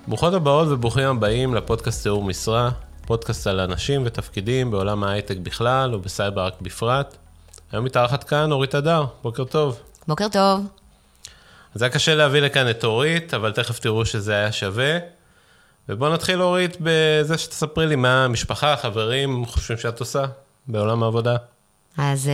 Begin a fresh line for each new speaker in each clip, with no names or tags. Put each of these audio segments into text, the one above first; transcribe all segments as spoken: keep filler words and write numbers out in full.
ברוכות הבאות וברוכים הבאים לפודקאסט תיאור משרה, פודקאסט על אנשים ותפקידים בעולם ההייטק בכלל ובסייבר רק בפרט. היום מתארחת כאן אורית הדר, בוקר טוב.
בוקר טוב.
אז היה קשה להביא לכאן את אורית, אבל תכף תראו שזה היה שווה. ובואו נתחיל אורית בזה שתספרי לי מה המשפחה, החברים חושבים שאת עושה בעולם העבודה.
אז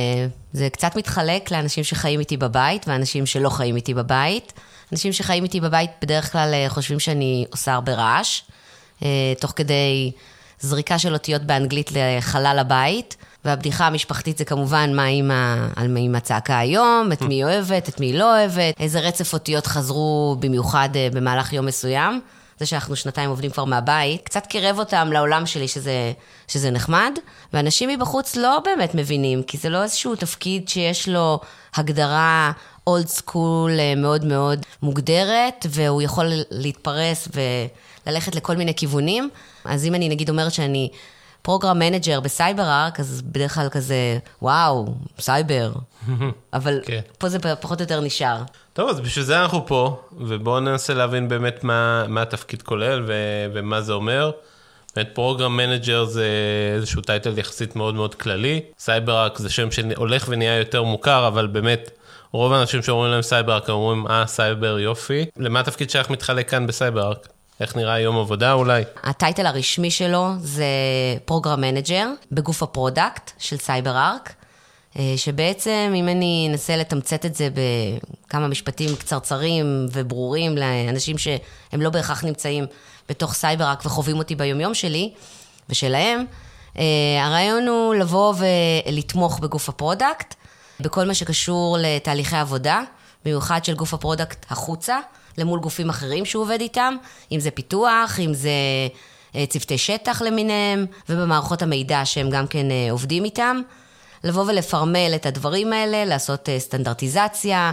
זה קצת מתחלק לאנשים שחיים איתי בבית ואנשים שלא חיים איתי בבית. אנשים שחיים איתי בבית בדרך כלל חושבים שאני עושה הרבה רעש, תוך כדי זריקה של אותיות באנגלית לחלל הבית, והבדיחה המשפחתית זה כמובן מה אמא, על מה אמא צעקה היום, את מי אוהבת, את מי לא אוהבת, איזה רצף אותיות חזרו במיוחד במהלך יום מסוים, זה שאנחנו שנתיים עובדים כבר מהבית, קצת קירב אותם לעולם שלי שזה, שזה נחמד, ואנשים מבחוץ לא באמת מבינים, כי זה לא איזשהו תפקיד שיש לו הגדרה אולד סקול מאוד מאוד מוגדרת, והוא יכול להתפרס וללכת לכל מיני כיוונים. אז אם אני נגיד אומרת שאני פרוגרם מנג'ר בסייבר ארק, אז בדרך כלל כזה, וואו, סייבר. אבל פה זה פחות או יותר נשאר.
טוב, אז בשביל זה אנחנו פה, ובואו ננסה להבין באמת מה, מה התפקיד כולל ו- ומה זה אומר. באמת פרוגרם מנג'ר זה איזשהו טייטל יחסית מאוד מאוד כללי. סייבר ארק זה שם שהולך ונהיה יותר מוכר, אבל באמת רוב האנשים שאומרים להם סייבר ארק אומרים, אה, סייבר יופי. למה התפקיד שלך מתחלק כאן בסייבר ארק? איך נראה יום עבודה אולי?
הטייטל הרשמי שלו זה פרוגרם מנג'ר בגוף הפרודקט של סייבר ארק, שבעצם אם אני אנסה לתמצת את זה בכמה משפטים קצרצרים וברורים לאנשים שהם לא בהכרח נמצאים בתוך סייבר ארק וחווים אותי ביום יום שלי ושלהם, הרעיון הוא לבוא ולתמוך בגוף הפרודקט, בכל מה שקשור לתהליכי עבודה, במיוחד של גוף הפרודקט החוצה, למול גופים אחרים שהוא עובד איתם, אם זה פיתוח, אם זה צוותי שטח למיניהם, ובמערכות המידע שהם גם כן עובדים איתם, לבוא ולפרמל את הדברים האלה, לעשות סטנדרטיזציה,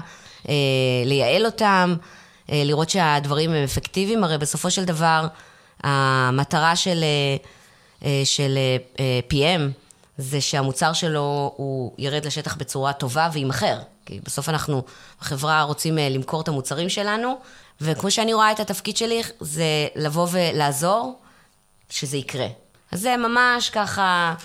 לייעל אותם, לראות שהדברים הם אפקטיביים, הרי בסופו של דבר, המטרה של, של פי אם, זה שהמוצר שלו הוא ירד לשטח בצורה טובה וימחר. כי בסוף אנחנו, החברה רוצים למכור את המוצרים שלנו, וכמו שאני רואה את התפקיד שלי, זה לבוא ולעזור שזה יקרה. אז זה ממש ככה,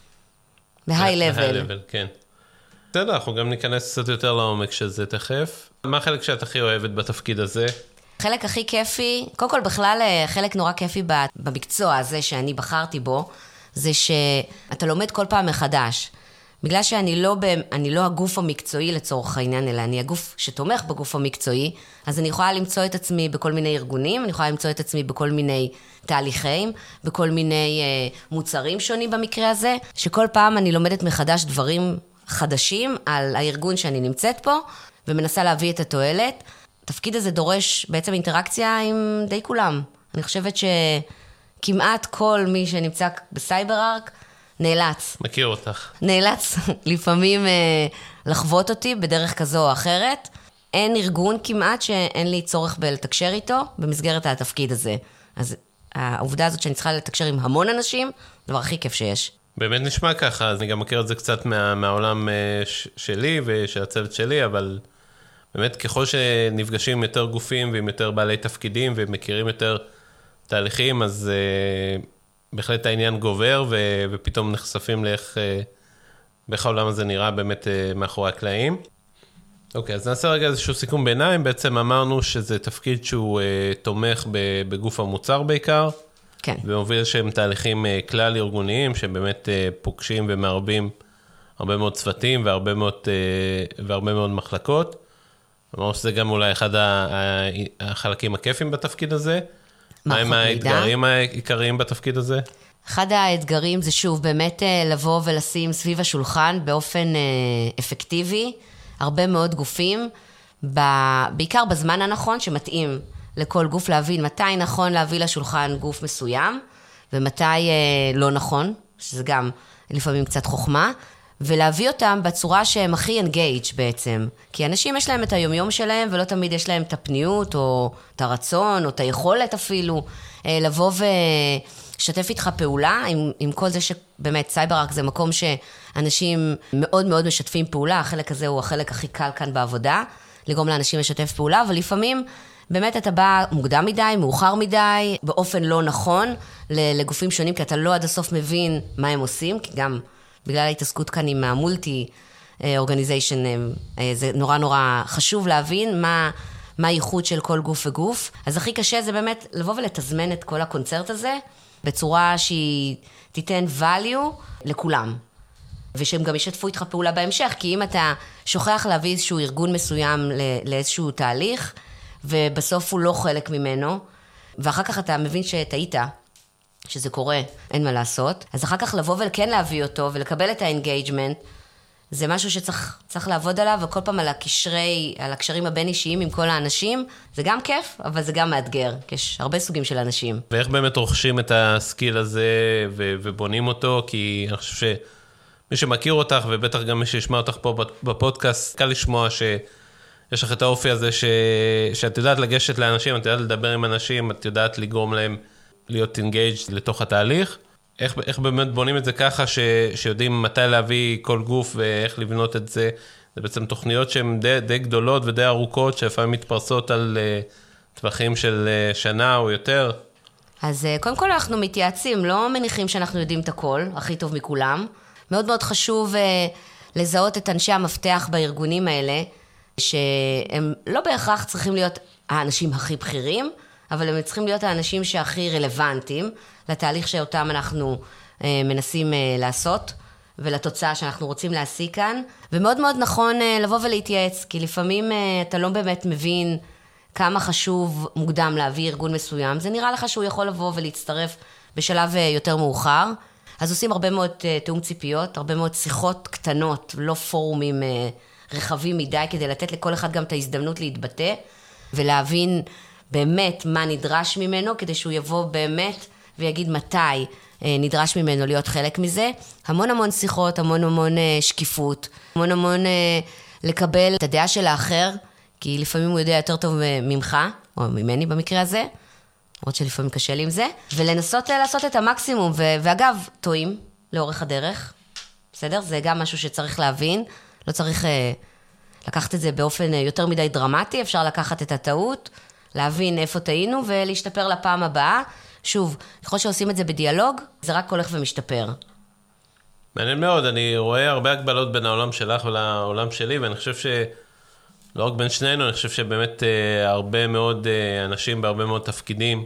בהיי לבל.
בהיי לבל, כן. בסדר, אנחנו גם ניכנס קצת יותר לעומק של זה תכף. מה החלק שאת הכי אוהבת בתפקיד הזה?
חלק הכי כיפי, קודם כל בכלל חלק נורא כיפי במקצוע הזה שאני בחרתי בו, זה שאתה לומד כל פעם מחדש. בגלל שאני לא, אני לא הגוף המקצועי לצורך העניין, אלא אני הגוף שתומך בגוף המקצועי, אז אני יכולה למצוא את עצמי בכל מיני ארגונים, אני יכולה למצוא את עצמי בכל מיני תהליכים, בכל מיני אה, מוצרים שונים במקרה הזה, שכל פעם אני לומדת מחדש דברים חדשים על הארגון שאני נמצאת פה, ומנסה להביא את התועלת. התפקיד הזה דורש בעצם אינטראקציה עם די כולם. אני חושבת שכמעט כל מי שנמצא בסייבר ארק, נאלץ.
מכיר אותך.
נאלץ לפעמים אה, לחוות אותי בדרך כזו או אחרת. אין ארגון כמעט שאין לי צורך בלתקשר איתו במסגרת התפקיד הזה. אז העובדה הזאת שאני צריכה לתקשר עם המון אנשים, זה דבר הכי כיף שיש.
באמת נשמע ככה, אז אני גם מכיר את זה קצת מה, מהעולם ש- שלי ושל הצוות שלי, אבל באמת ככל שנפגשים עם יותר גופים ועם יותר בעלי תפקידים ומכירים יותר תהליכים, אז Uh, בהחלט העניין גובר, ו- ופתאום נחשפים לאיך, באיך העולם הזה נראה באמת מאחורי הקלעים. אוקיי, אז נעשה רגע איזשהו סיכום ביניים. בעצם אמרנו שזה תפקיד שהוא תומך בגוף המוצר בעיקר.
כן.
ומוביל שהם תהליכים כלל ארגוניים, שהם באמת פוגשים ומערבים הרבה מאוד צוותים והרבה מאוד, והרבה מאוד מחלקות. אמרנו שזה גם אולי אחד החלקים הכיפים בתפקיד הזה. מה הם האתגרים העיקריים בתפקיד הזה?
אחד האתגרים זה שוב באמת לבוא ולשים סביב השולחן באופן אפקטיבי, הרבה מאוד גופים, בעיקר בזמן הנכון שמתאים לכל גוף להבין מתי נכון להביא לשולחן גוף מסוים, ומתי לא נכון, שזה גם לפעמים קצת חוכמה, ולהביא אותם בצורה שהם הכי engage בעצם. כי אנשים יש להם את היומיום שלהם, ולא תמיד יש להם את הפניות, או את הרצון, או את היכולת אפילו, לבוא ושתף איתך פעולה, עם, עם כל זה שבאמת סייבר-ארק זה מקום שאנשים מאוד מאוד משתפים פעולה, החלק הזה הוא החלק הכי קל כאן בעבודה, לגרום לאנשים לשתף פעולה, אבל לפעמים באמת אתה בא מוקדם מדי, מאוחר מדי, באופן לא נכון לגופים שונים, כי אתה לא עד הסוף מבין מה הם עושים, כי גם בגלל ההתעסקות כאן עם המולטי אורגניזיישן, זה נורא נורא חשוב להבין מה, מה הייחוד של כל גוף וגוף. אז הכי קשה זה באמת לבוא ולתזמן את כל הקונצרט הזה, בצורה שהיא תיתן value לכולם. ושהם גם ישתפו איתך פעולה בהמשך, כי אם אתה שוכח להביא איזשהו ארגון מסוים לאיזשהו תהליך, ובסוף הוא לא חלק ממנו, ואחר כך אתה מבין שטעית, שזה קורה, אין מה לעשות, אז אחר כך לבוא וכן להביא אותו, ולקבל את האנגייג'מנט, זה משהו שצריך צריך לעבוד עליו, וכל פעם על הקשרי, על הקשרים הבין אישיים עם כל האנשים, זה גם כיף, אבל זה גם מאתגר, כי יש הרבה סוגים של אנשים.
ואיך באמת רוכשים את הסקיל הזה, ו- ובונים אותו, כי אני חושב ש... מי שמכיר אותך, ובטח גם מי שישמע אותך פה בפודקאסט, קל לשמוע שיש לך את האופי הזה, ש... שאת יודעת לגשת לאנשים, את יודעת לדבר עם אנשים, את יודעת לגרום להם להיות engaged לתוך התהליך. איך, איך באמת בונים את זה ככה, ש... שיודעים מתי להביא כל גוף, ואיך לבנות את זה. זה בעצם תוכניות שהן די, די גדולות ודי ארוכות, שלפעמים מתפרסות על uh, טווחים של uh, שנה או יותר.
אז uh, קודם כל אנחנו מתייעצים, לא מניחים שאנחנו יודעים את הכל, הכי טוב מכולם. מאוד מאוד חשוב uh, לזהות את אנשי המפתח בארגונים האלה, שהם לא בהכרח צריכים להיות האנשים הכי בכירים, אבל הם צריכים להיות האנשים שהכי רלוונטיים לתהליך שאותם אנחנו uh, מנסים uh, לעשות, ולתוצאה שאנחנו רוצים להשיג כאן. ומאוד מאוד נכון uh, לבוא ולהתייעץ, כי לפעמים uh, אתה לא באמת מבין כמה חשוב מוקדם להביא ארגון מסוים. זה נראה לך שהוא יכול לבוא ולהצטרף בשלב uh, יותר מאוחר. אז עושים הרבה מאוד uh, תאום ציפיות, הרבה מאוד שיחות קטנות, לא פורומים uh, רחבים מדי, כדי לתת לכל אחד גם את ההזדמנות להתבטא, ולהבין באמת מה נדרש ממנו, כדי שהוא יבוא באמת ויגיד מתי uh, נדרש ממנו להיות חלק מזה. המון המון שיחות, המון המון uh, שקיפות, המון המון uh, לקבל את הדעה של האחר, כי לפעמים הוא יודע יותר טוב ממך, או ממני במקרה הזה, עוד שלפעמים קשה לי עם זה, ולנסות לעשות את המקסימום, ו- ואגב, טועים לאורך הדרך, בסדר? זה גם משהו שצריך להבין, לא צריך uh, לקחת את זה באופן uh, יותר מדי דרמטי, אפשר לקחת את הטעות, להבין איפה טעינו, ולהשתפר לפעם הבאה. שוב, ככל שעושים את זה בדיאלוג, זה רק הולך ומשתפר.
מעניין מאוד, אני רואה הרבה הגבלות בין העולם שלך ולעולם שלי, ואני חושב ש... לא רק בין שנינו, אני חושב שבאמת אה, הרבה מאוד אה, אנשים בהרבה מאוד תפקידים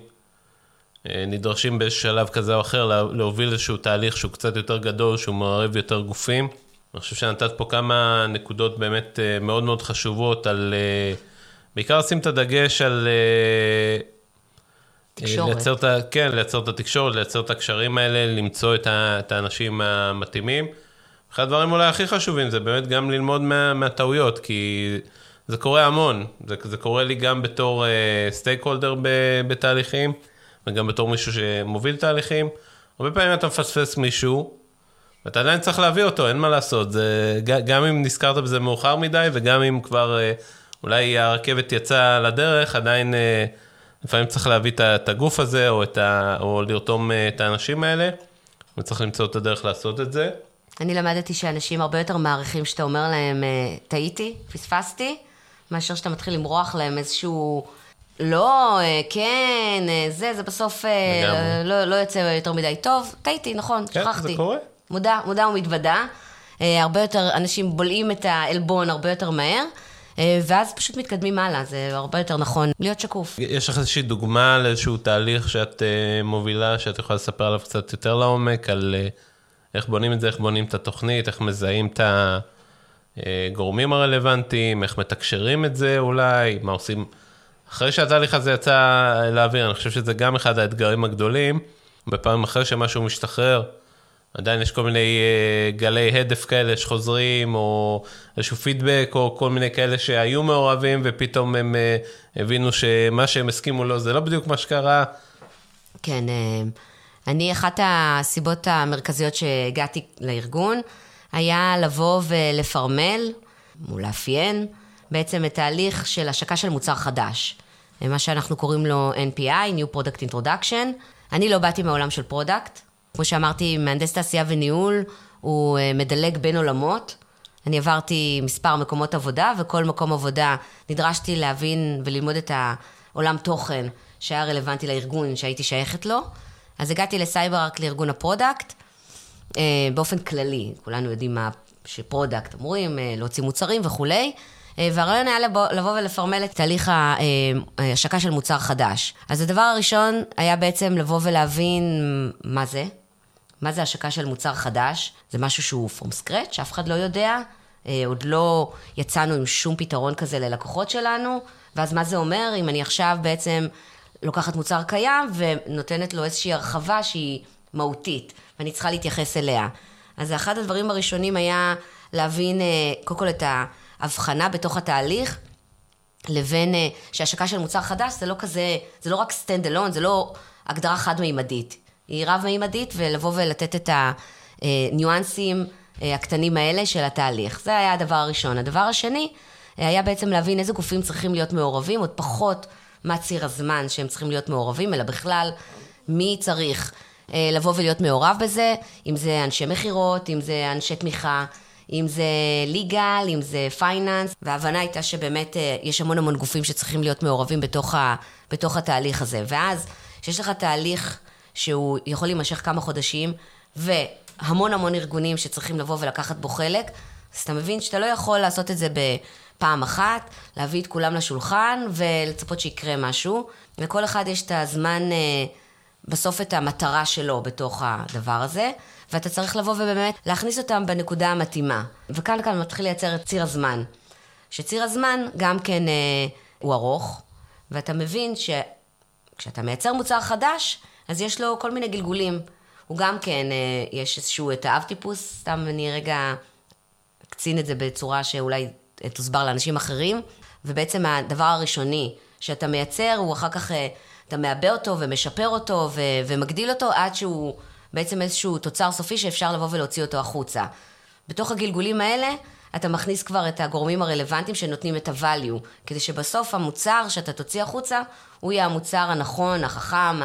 אה, נדרשים באיזשהו שלב כזה או אחר לה, להוביל איזשהו תהליך שהוא קצת יותר גדול, שהוא מערב יותר גופים. אני חושב שנתת פה כמה נקודות באמת אה, מאוד מאוד חשובות על, אה, בעיקר לשים את הדגש על אה,
תקשורת.
לייצר את, כן, לייצר את התקשורת, לייצר את הקשרים האלה, למצוא את, ה, את האנשים המתאימים. אחד הדברים אולי הכי חשובים זה באמת גם ללמוד מה, מהטעויות, כי זה קורה המון, זה, זה קורה לי גם בתור סטייק הולדר בתהליכים, וגם בתור מישהו שמוביל תהליכים. הרבה פעמים אתה מפספס מישהו, ואתה עדיין צריך להביא אותו, אין מה לעשות. זה, גם אם נזכרת בזה מאוחר מדי, וגם אם כבר אולי הרכבת יצאה לדרך, עדיין לפעמים צריך להביא את הגוף הזה, או, את ה, או לרתום את האנשים האלה, וצריך למצוא את הדרך לעשות את זה.
אני למדתי שאנשים הרבה יותר מעריכים שאתה אומר להם, טעיתי, פספסתי, מאשר שאתה מתחיל למרוח להם איזשהו, לא, כן, זה, זה בסוף לא, לא יוצא יותר מדי טוב, טעיתי, נכון,
כן,
שכחתי.
זה קורה.
מודע, מודע ומתוודע, הרבה יותר, אנשים בולעים את האלבון הרבה יותר מהר, ואז פשוט מתקדמים הלאה, זה הרבה יותר נכון להיות שקוף.
יש לך איזושהי דוגמה לאיזשהו תהליך שאת מובילה, שאת יכולה לספר עליו קצת יותר לעומק, על איך בונים את זה, איך בונים את התוכנית, איך מזהים את הגורמים הרלוונטיים, איך מתקשרים את זה אולי, מה עושים אחרי שהתהליך הזה יצא לאוויר. אני חושב שזה גם אחד האתגרים הגדולים, בפעמים אחרי שמשהו משתחרר, עדיין יש כל מיני גלי הדף כאלה שחוזרים, או איזשהו פידבק, או כל מיני כאלה שהיו מעורבים, ופתאום הם הבינו שמה שהם הסכימו לו, זה לא בדיוק מה שקרה.
כן, אני, אחת הסיבות המרכזיות שהגעתי לארגון, היה לבוא ולפרמל, ולאפיין, בעצם את תהליך של השקה של מוצר חדש. מה שאנחנו קוראים לו אן פי איי, New Product Introduction. אני לא באתי מהעולם של פרודקט. כמו שאמרתי, מהנדס תעשייה וניהול, הוא מדלג בין עולמות. אני עברתי מספר מקומות עבודה, וכל מקום עבודה נדרשתי להבין וללמוד את עולם תוכן שהיה רלוונטי לארגון שהייתי שייכת לו. אז הגעתי לסייבר-ארק לארגון הפרודקט, באופן כללי, כולנו יודעים מה שפרודקט אמורים, להוציא מוצרים וכולי, והרעיון היה לבוא, לבוא ולפרמל את תהליך ההשקה של מוצר חדש. אז הדבר הראשון היה בעצם לבוא ולהבין מה זה, מה זה השקה של מוצר חדש, זה משהו שהוא from scratch, שאף אחד לא יודע, עוד לא יצאנו עם שום פתרון כזה ללקוחות שלנו, ואז מה זה אומר אם אני עכשיו בעצם לוקחת מוצר קיים ונותנת לו איזושהי הרחבה שהיא מהותית, ואני צריכה להתייחס אליה. אז אחד הדברים הראשונים היה להבין קודם כל את ההבחנה בתוך התהליך, לבין שהשקה של מוצר חדש זה לא כזה, זה לא רק stand alone, זה לא הגדרה חד-מימדית. היא רב-מימדית ולבוא ולתת את הניואנסים הקטנים האלה של התהליך. זה היה הדבר הראשון. הדבר השני היה בעצם להבין איזה גופים צריכים להיות מעורבים, עוד פחות מה ציר הזמן שהם צריכים להיות מעורבים, אלא בכלל מי צריך לבוא ולהיות מעורב בזה, אם זה אנשי מחירות, אם זה אנשי תמיכה, אם זה ליגל, אם זה פייננס, וההבנה הייתה שבאמת יש המון המון גופים שצריכים להיות מעורבים בתוך, ה, בתוך התהליך הזה. ואז שיש לך תהליך שהוא יכול להימשך כמה חודשים, והמון המון ארגונים שצריכים לבוא ולקחת בו חלק, אז אתה מבין שאתה לא יכול לעשות את זה בפעם אחת, להביא את כולם לשולחן ולצפות שיקרה משהו, וכל אחד יש את הזמן, בסוף את המטרה שלו בתוך הדבר הזה, ואתה צריך לבוא ובאמת להכניס אותם בנקודה המתאימה. וכאן כאן מתחיל לייצר את ציר הזמן. שציר הזמן גם כן אה, הוא ארוך, ואתה מבין שכשאתה מייצר מוצר חדש, אז יש לו כל מיני גלגולים. הוא גם כן, אה, יש איזשהו תאב טיפוס, סתם אני רגע אקצין את זה בצורה שאולי תוסבר לאנשים אחרים, ובעצם הדבר הראשוני שאתה מייצר, הוא אחר כך, אה, אתה מעבה אותו ומשפר אותו ו- ומגדיל אותו עד שהוא בעצם איזשהו תוצר סופי שאפשר לבוא ולהוציא אותו החוצה. בתוך הגלגולים האלה, אתה מכניס כבר את הגורמים הרלוונטיים שנותנים את ה-value, כדי שבסוף המוצר שאתה תוציא החוצה, הוא יהיה המוצר הנכון, החכם,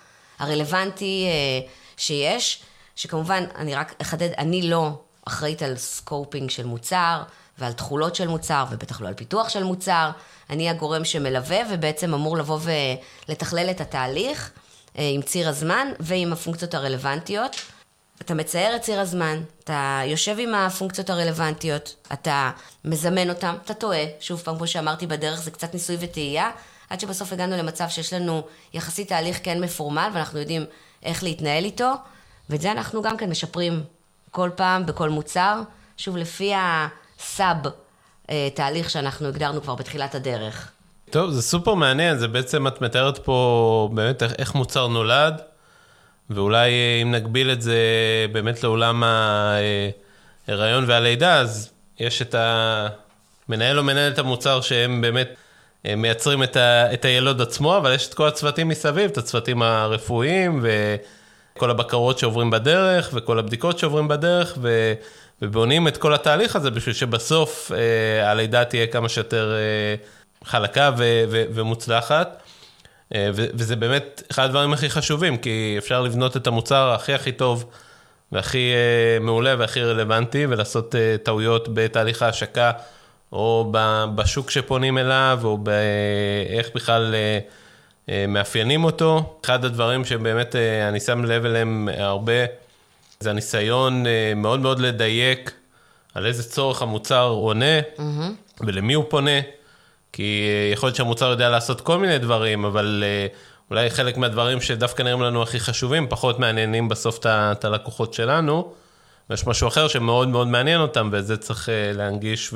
הרלוונטי שיש, שכמובן, אני רק אחדד, אני לא אחראית על סקופינג של מוצר, ועל תחולות של מוצר, ובטח לא על פיתוח של מוצר, אני הגורם שמלווה, ובעצם אמור לבוא ולתכלל את התהליך, עם ציר הזמן ועם הפונקציות הרלוונטיות. אתה מצייר את ציר הזמן, אתה יושב עם הפונקציות הרלוונטיות, אתה מזמן אותם, אתה טועה. שוב פעם, כמו שאמרתי בדרך, זה קצת ניסוי וטעייה, עד שבסוף הגענו למצב שיש לנו יחסית תהליך כן מפורמל, ואנחנו יודעים איך להתנהל איתו, ואת זה אנחנו גם כן משפרים כל פעם בכל מוצר, שוב לפי הסאב תהליך שאנחנו הגדרנו כבר בתחילת הדרך.
טוב, זה סופר מעניין, זה בעצם את מתארת פה באמת איך, איך מוצר נולד, ואולי אם נגביל את זה באמת לעולם ההיריון והלידה, אז יש את המנהל או מנהלת המוצר שהם באמת מייצרים את, ה, את הילוד עצמו, אבל יש את כל הצוותים מסביב, את הצוותים הרפואיים וכל הבקרות שעוברים בדרך וכל הבדיקות שעוברים בדרך, ו, ובונים את כל התהליך הזה בשביל שבסוף הלידה תהיה כמה שיותר חלקה ו- ו- ומוצלחת, ו- וזה באמת אחד הדברים הכי חשובים, כי אפשר לבנות את המוצר הכי הכי טוב, והכי מעולה והכי רלוונטי, ולעשות טעויות בתהליך ההשקה, או בשוק שפונים אליו, או באיך בכלל מאפיינים אותו. אחד הדברים שבאמת אני שם לב אליהם הרבה, זה הניסיון מאוד מאוד לדייק, על איזה צורך המוצר עונה, mm-hmm. ולמי הוא פונה, כי יכול להיות שהמוצר יודע לעשות כל מיני דברים, אבל אולי חלק מהדברים שדווקא נראים לנו הכי חשובים, פחות מעניינים בסוף את הלקוחות שלנו, ויש משהו אחר שמאוד מאוד מעניין אותם, וזה צריך להנגיש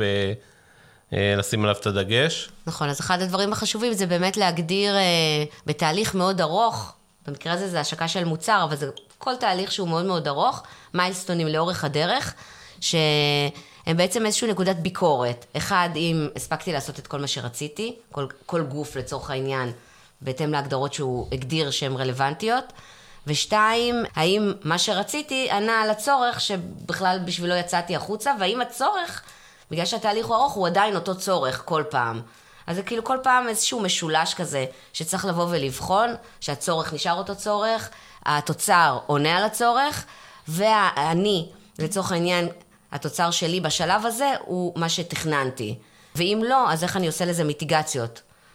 ולשים עליו את הדגש.
נכון, אז אחד הדברים החשובים זה באמת להגדיר בתהליך מאוד ארוך, במקרה הזה זה השקה של מוצר, אבל זה כל תהליך שהוא מאוד מאוד ארוך, מיילסטונים לאורך הדרך, ש... הם בעצם איזושהי נקודת ביקורת. אחד, אם הספקתי לעשות את כל מה שרציתי, כל, כל גוף לצורך העניין, בהתאם להגדרות שהוא הגדיר שהן רלוונטיות. ושתיים, האם מה שרציתי ענה על הצורך שבכלל בשבילו יצאתי החוצה, והאם הצורך, בגלל שהתהליך הוא ארוך, הוא עדיין אותו צורך כל פעם. אז זה כאילו כל פעם איזשהו משולש כזה, שצריך לבוא ולבחון, שהצורך נשאר אותו צורך, התוצר עונה על הצורך, ואני, לצורך העניין, התוצר שלי בשלב הזה הוא מה שתכננתי. ואם לא, אז איך אני עושה לזה מיטיגציות?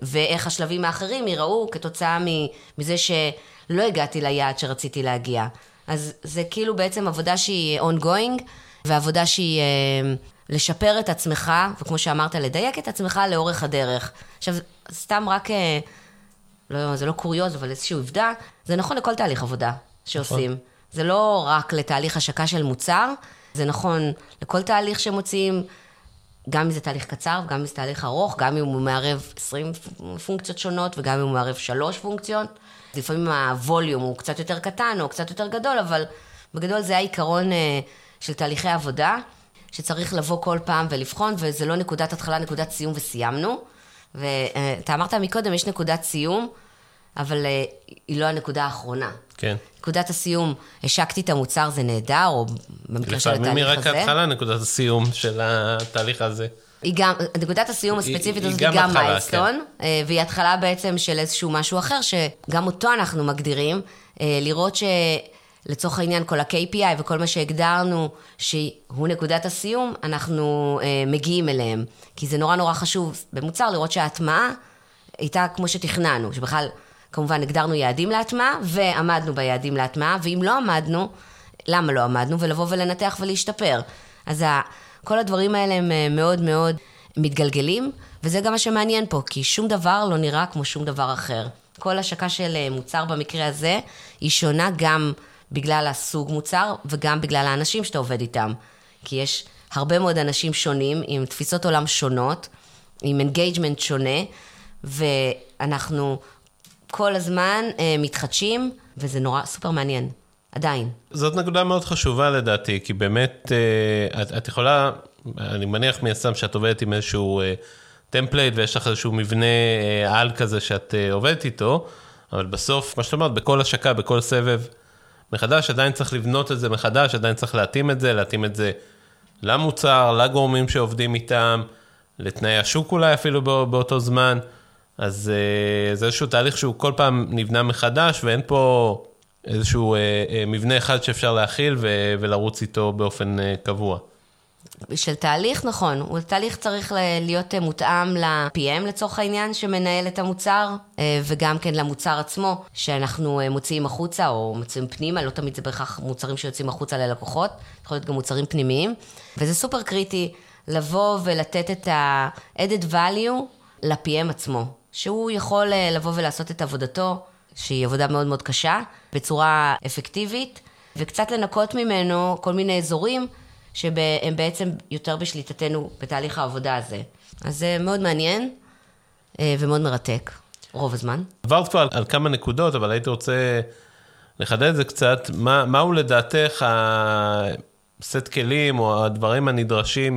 ואיך השלבים האחרים ייראו כתוצאה מזה שלא הגעתי ליעד שרציתי להגיע. אז זה כאילו בעצם עבודה שהיא ongoing, ועבודה שהיא לשפר את עצמך, וכמו שאמרת, לדייק את עצמך לאורך הדרך. עכשיו, סתם רק, לא, זה לא קוריוז, אבל איזושהי עובדה, זה נכון לכל תהליך עבודה שעושים. נכון. זה לא רק לתהליך השקה של מוצר, זה נכון לכל תהליך שמוצאים, גם אם זה תהליך קצר, גם אם זה תהליך ארוך, גם אם הוא מערב עשרים פונקציות שונות, וגם אם הוא מערב שלוש פונקציות. לפעמים הווליום הוא קצת יותר קטן, או קצת יותר גדול, אבל בגדול זה העיקרון של תהליכי עבודה, שצריך לבוא כל פעם ולבחון, וזה לא נקודת התחלה, נקודת סיום וסיימנו. ואתה אמרת מקודם, יש נקודת סיום, אבל היא לא הנקודה האחרונה. כן. נקודת הסיום, השקתי את המוצר, זה נהדר, או במקרה של התהליך הזה.
לפעמים היא רק ההתחלה, נקודת הסיום של התהליך הזה.
היא גם, נקודת הסיום הספציפית הזאת היא גם מיילסטון, והיא התחלה בעצם של איזשהו משהו אחר, שגם אותו אנחנו מגדירים, לראות שלצורך העניין כל ה-קיי פי איי וכל מה שהגדרנו, שהוא נקודת הסיום, אנחנו מגיעים אליהם. כי זה נורא נורא חשוב במוצר לראות שההטמעה הייתה כמו שתכננו, שבכלל כמובן הגדרנו יעדים להטמעה, ועמדנו ביעדים להטמעה, ואם לא עמדנו, למה לא עמדנו? ולבוא ולנתח ולהשתפר. אז כל הדברים האלה הם מאוד מאוד מתגלגלים, וזה גם מה שמעניין פה, כי שום דבר לא נראה כמו שום דבר אחר. כל השקה של מוצר במקרה הזה, היא שונה גם בגלל הסוג מוצר, וגם בגלל האנשים שאתה עובד איתם. כי יש הרבה מאוד אנשים שונים, עם תפיסות עולם שונות, עם engagement שונה, ואנחנו כל הזמן מתחדשים, וזה נורא סופר מעניין. עדיין.
זאת נקודה מאוד חשובה לדעתי, כי באמת, את, את יכולה, אני מניח מיישם שאת עובדת עם איזשהו טמפלייט, ויש לך איזשהו מבנה על כזה שאת עובדת איתו, אבל בסוף, מה שאת אומרת, בכל השקה, בכל סבב מחדש, עדיין צריך לבנות את זה מחדש, עדיין צריך להתאים את זה, להתאים את זה למוצר, לגורמים שעובדים איתם, לתנאי השוק אולי אפילו באותו זמן, אז זה איזשהו תהליך שהוא כל פעם נבנה מחדש, ואין פה איזשהו מבנה אחד שאפשר להכיל ולרוץ איתו באופן קבוע.
של תהליך, נכון. הוא תהליך צריך להיות מותאם ל-פי אם לצורך העניין, שמנהל את המוצר, וגם כן למוצר עצמו, שאנחנו מוציאים החוצה או מוציאים פנימה, לא תמיד זה בהכרח מוצרים שיוצאים החוצה ללקוחות, יכול להיות גם מוצרים פנימיים, וזה סופר קריטי לבוא ולתת את ה-added value ל-פי אם עצמו, שהוא יכול לבוא ולעשות את עבודתו, שהיא עבודה מאוד מאוד קשה, בצורה אפקטיבית, וקצת לנקות ממנו כל מיני אזורים, שהם בעצם יותר בשליטתנו בתהליך העבודה הזה. אז זה מאוד מעניין, ומאוד מרתק, רוב הזמן.
עברת כבר על, על כמה נקודות, אבל הייתי רוצה לחדד את זה קצת, מה, מהו לדעתך הסט כלים, או הדברים הנדרשים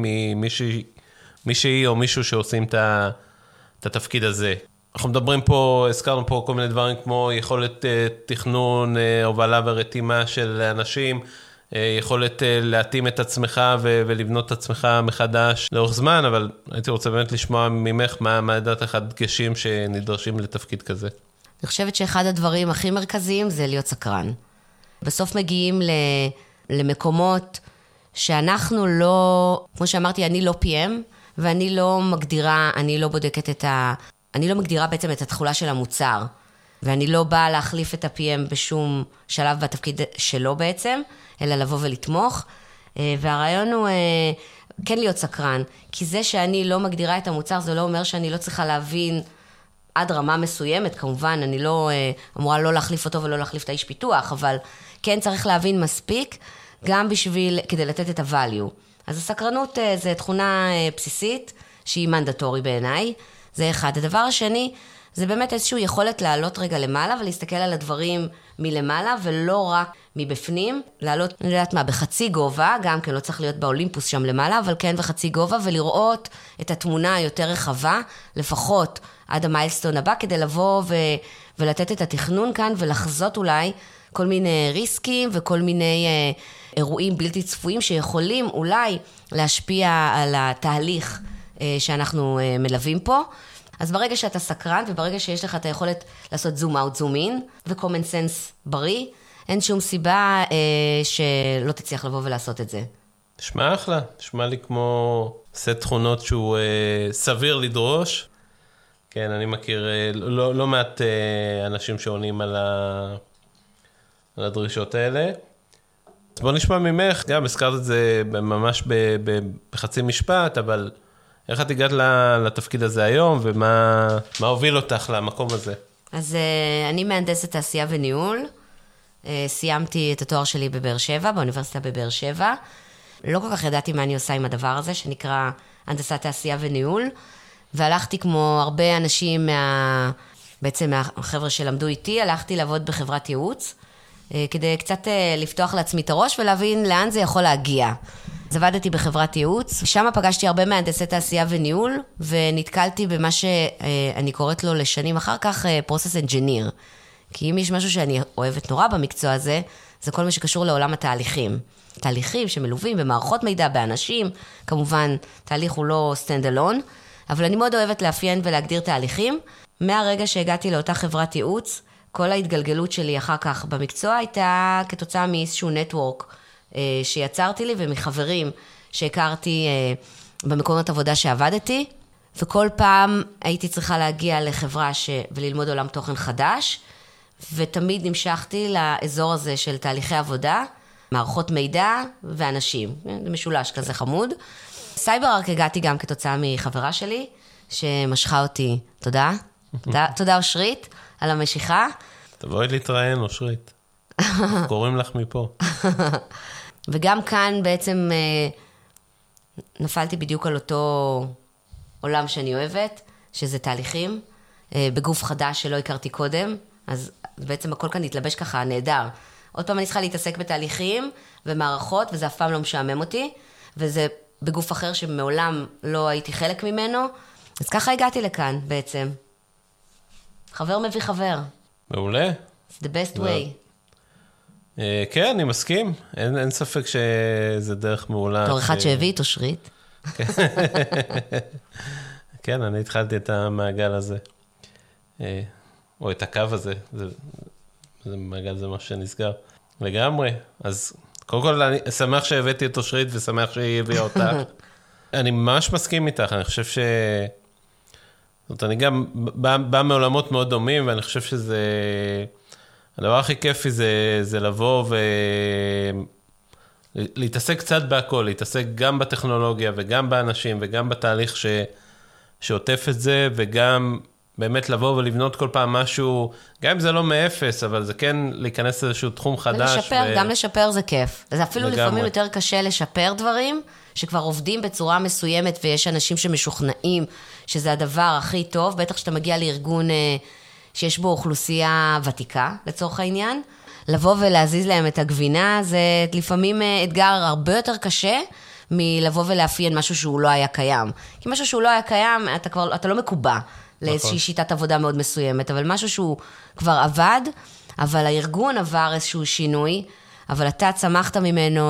ממישהי או מישהו שעושים את, את התפקיד הזה? אנחנו מדברים פה, הזכרנו פה כל מיני דברים כמו יכולת תכנון, הובלה ורתימה של אנשים, יכולת להתאים את עצמך ולבנות את עצמך מחדש לאורך זמן, אבל הייתי רוצה באמת לשמוע ממך מה, מה לדעתך הדגשים שנדרשים לתפקיד כזה.
אני חושבת שאחד הדברים הכי מרכזיים זה להיות סקרן. בסוף מגיעים למקומות שאנחנו לא, כמו שאמרתי, אני לא פי אם, ואני לא מגדירה, אני לא בודקת את ה... אני לא מגדירה בעצם את התחולה של המוצר, ואני לא באה להחליף את ה-פי אם בשום שלב בתפקיד שלו בעצם, אלא לבוא ולתמוך, והרעיון הוא כן להיות סקרן, כי זה שאני לא מגדירה את המוצר, זה לא אומר שאני לא צריכה להבין עד רמה מסוימת, כמובן, אני לא אמורה לא להחליף אותו ולא להחליף את האיש פיתוח, אבל כן צריך להבין מספיק, גם בשביל, כדי לתת את ה-value. אז הסקרנות זה תכונה בסיסית, שהיא מנדטורי בעיניי, זה אחד. הדבר השני, זה באמת איזושהי יכולת לעלות רגע למעלה, ולהסתכל על הדברים מלמעלה, ולא רק מבפנים, לעלות, אני יודעת מה, בחצי גובה, גם כן לא צריך להיות באולימפוס שם למעלה, אבל כן בחצי גובה, ולראות את התמונה היותר רחבה, לפחות עד המיילסטון הבא, כדי לבוא ו- ולתת את התכנון כאן, ולחזות אולי כל מיני ריסקים, וכל מיני אה, אירועים בלתי צפויים, שיכולים אולי להשפיע על התהליך אה, שאנחנו אה, מלווים פה. אז ברגע שאתה סקרן, וברגע שיש לך את היכולת לעשות זום אאוט, זום אין, וקומן סנס בריא, אין שום סיבה אה, שלא תצליח לבוא ולעשות את זה.
נשמע אחלה, נשמע לי כמו סט תכונות שהוא אה, סביר לדרוש, כן, אני מכיר לא, לא מעט אנשים שעונים על, ה... על הדרישות האלה. אז בוא נשמע ממך, גם הזכרת את זה ממש ב... ב... בחצי משפט, אבל איך את הגעת לתפקיד הזה היום, ומה מה הוביל אותך למקום הזה?
אז אני מהנדסת תעשייה וניהול, סיימתי את התואר שלי בבאר שבע, באוניברסיטה בבאר שבע, לא כל כך ידעתי מה אני עושה עם הדבר הזה, שנקרא הנדסת תעשייה וניהול, והלכתי כמו הרבה אנשים, מה, בעצם מהחבר'ה שלמדו איתי, הלכתי לעבוד בחברת ייעוץ, כדי קצת לפתוח לעצמי את הראש ולהבין לאן זה יכול להגיע. אז עבדתי בחברת ייעוץ, ושם פגשתי הרבה מהנדסי תעשייה וניהול, ונתקלתי במה שאני קוראת לו לשנים אחר כך process engineer. כי אם יש משהו שאני אוהבת נורא במקצוע הזה, זה כל מה שקשור לעולם התהליכים. תהליכים שמלווים במערכות מידע, באנשים, כמובן תהליך הוא לא stand alone, אבל אני מאוד אוהבת לאפיין ולהגדיר תהליכים. מהרגע שהגעתי לאותה חברת ייעוץ, כל ההתגלגלות שלי אחר כך במקצוע הייתה כתוצאה מאיזשהו נטוורק שיצרתי לי ומחברים שהכרתי במקומות עבודה שעבדתי, וכל פעם הייתי צריכה להגיע לחברה ש... וללמוד עולם תוכן חדש, ותמיד נמשכתי לאזור הזה של תהליכי עבודה, מערכות מידע ואנשים, זה משולש כזה חמוד. סייבר-ארק הגעתי גם כתוצאה מחברה שלי, שמשכה אותי, תודה, תודה, תודה אושרית על המשיכה.
תבואי להתראיין אושרית, קוראים לך מפה.
וגם כאן בעצם נפלתי בדיוק על אותו עולם שאני אוהבת, שזה תהליכים, בגוף חדש שלא הכרתי קודם, אז בעצם הכל כאן התלבש ככה נהדר. עוד פעם אני צריכה להתעסק בתהליכים ומערכות, וזה אף פעם לא משעמם אותי, וזה בגוף אחר שמעולם לא הייתי חלק ממנו, אז ככה הגעתי לכאן בעצם. חבר מביא חבר.
מעולה.
It's the best way.
כן, אני מסכים. אין, אין ספק שזה דרך מעולה.
תור אחד שהביא את אושרית.
כן, אני התחלתי את המעגל הזה. או את הקו הזה. זה, זה מעגל, זה משהו שנסגר. לגמרי. אז קודם כל, אני שמח שהבאתי את אושרית ושמח שהיא הביאה אותך. אני ממש מסכים איתך. אני חושב ש... זאת, אני גם בא, בא מעולמות מאוד דומים, ואני חושב שזה... הדבר הכי כיפי זה, זה לבוא ולהתעסק קצת בהכל, להתעסק גם בטכנולוגיה וגם באנשים וגם בתהליך ש, שעוטף את זה, וגם באמת לבוא ולבנות כל פעם משהו, גם אם זה לא מאפס, אבל זה כן להיכנס לאיזשהו תחום חדש.
לשפר, ו... גם לשפר זה כיף. אז אפילו
לגמרי.
לפעמים יותר קשה לשפר דברים, שכבר עובדים בצורה מסוימת, ויש אנשים שמשוכנעים שזה הדבר הכי טוב, בטח שאתה מגיע לארגון... שיש בו אוכלוסייה ותיקה, לצורך העניין, לבוא ולהזיז להם את הגבינה, זה לפעמים אתגר הרבה יותר קשה, מלבוא ולאפיין משהו שהוא לא היה קיים. כי משהו שהוא לא היה קיים, אתה כבר, אתה לא מקובע לאיזושהי שיטת עבודה מאוד מסוימת, אבל משהו שהוא כבר עבד, אבל הארגון עבר איזשהו שינוי, אבל אתה צמחת ממנו,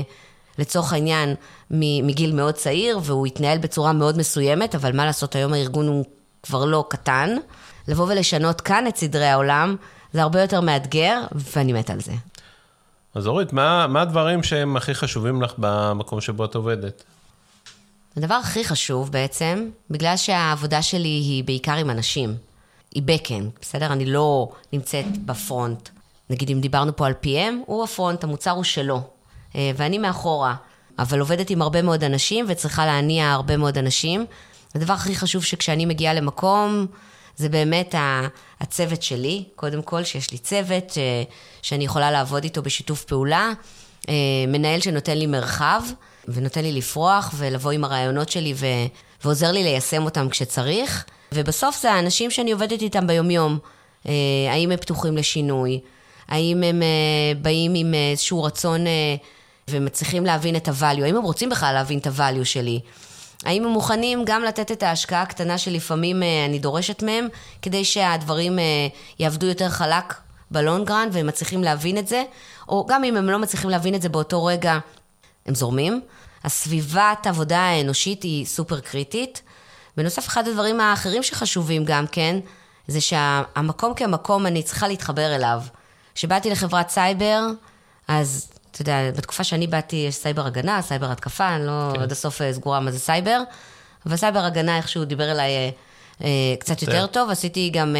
לצורך העניין, מגיל מאוד צעיר, והוא התנהל בצורה מאוד מסוימת, אבל מה לעשות, היום הארגון הוא כבר לא קטן, לבוא ולשנות כאן את סדרי העולם, זה הרבה יותר מאתגר, ואני מת על זה.
אז אורית, מה, מה הדברים שהם הכי חשובים לך במקום שבו את עובדת?
הדבר הכי חשוב בעצם, בגלל שהעבודה שלי היא בעיקר עם אנשים, היא בקן, בסדר? אני לא נמצאת בפרונט. נגיד, אם דיברנו פה על פי אם, הוא הפרונט, המוצר הוא שלו, ואני מאחורה, אבל עובדת עם הרבה מאוד אנשים, וצריכה להניע הרבה מאוד אנשים. הדבר הכי חשוב שכשאני מגיעה למקום, זה באמת הצוות שלי, קודם כל שיש לי צוות שאני יכולה לעבוד איתו בשיתוף פעולה, מנהל שנותן לי מרחב, ונותן לי לפרוח ולבוא עם הרעיונות שלי ו... ועוזר לי ליישם אותם כשצריך, ובסוף זה האנשים שאני עובדת איתם ביומיום, האם הם פתוחים לשינוי, האם הם באים עם איזשהו רצון ומצליחים להבין את הvalue, האם הם רוצים בכלל להבין את הvalue שלי, האם הם מוכנים גם לתת את ההשקעה הקטנה שלפעמים אני דורשת מהם, כדי שהדברים יעבדו יותר חלק בלונגרן, והם מצליחים להבין את זה, או גם אם הם לא מצליחים להבין את זה באותו רגע, הם זורמים. הסביבת העבודה האנושית היא סופר קריטית. בנוסף, אחד הדברים האחרים שחשובים גם כן, זה שהמקום כמקום אני צריכה להתחבר אליו. כשבאתי לחברת סייבר, אז אתה יודע, בתקופה שאני באתי, יש סייבר הגנה, סייבר התקפה, אני לא עד הסוף סגורה מה זה סייבר, אבל סייבר הגנה איכשהו דיבר אליי קצת יותר טוב. עשיתי גם,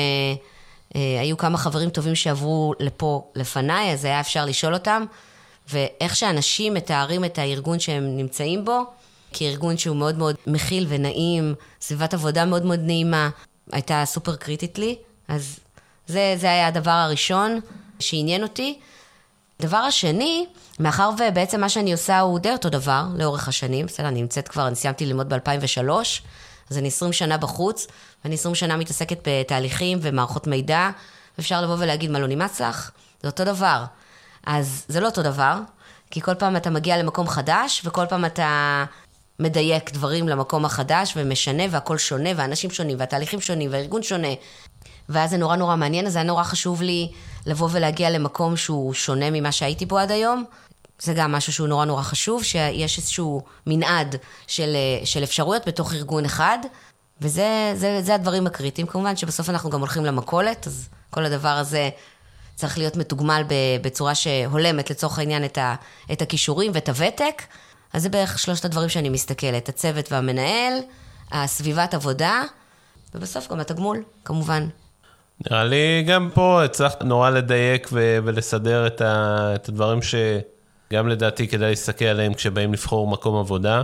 היו כמה חברים טובים שעברו לפה לפניי, אז היה אפשר לשאול אותם, ואיך שאנשים מתארים את הארגון שהם נמצאים בו, כארגון שהוא מאוד מאוד מכיל ונעים, סביבת עבודה מאוד מאוד נעימה, הייתה סופר קריטית לי, אז זה, זה היה הדבר הראשון שעניין אותי. דבר השני, מאחר ובעצם מה שאני עושה הוא די אותו דבר לאורך השנים, בסדר, אני נמצאת כבר, אני סיימתי ללמוד ב-אלפיים ושלוש, אז אני עשרים שנה בחוץ, ואני עשרים שנה מתעסקת בתהליכים ומערכות מידע, ואפשר לבוא ולהגיד מה לא נמאס לך, זה אותו דבר. אז זה לא אותו דבר, כי כל פעם אתה מגיע למקום חדש, וכל פעם אתה מדייק דברים למקום החדש, ומשנה, והכל שונה, והאנשים שונים, והתהליכים שונים, והארגון שונה. ואז זה נורא נורא מעניין, אז זה היה נורא חשוב לי לבוא ולהגיע למקום שהוא שונה ממה שהייתי בו עד היום. זה גם משהו שהוא נורא נורא חשוב, שיש איזשהו מנעד של, של אפשרויות בתוך ארגון אחד, וזה זה, זה הדברים הקריטיים. כמובן שבסוף אנחנו גם הולכים למכולת, אז כל הדבר הזה צריך להיות מתוגמל בצורה שהולמת לצורך העניין את, ה, את הכישורים ואת הוותק. אז זה בערך שלושת הדברים שאני מסתכלת, הצוות והמנהל, הסביבת עבודה, ובסוף גם התגמול, כמובן.
נראה לי גם פה הצלחת נורא לדייק ו- ולסדר את, ה- את הדברים שגם לדעתי כדאי להסתכל עליהם כשבאים לבחור מקום עבודה.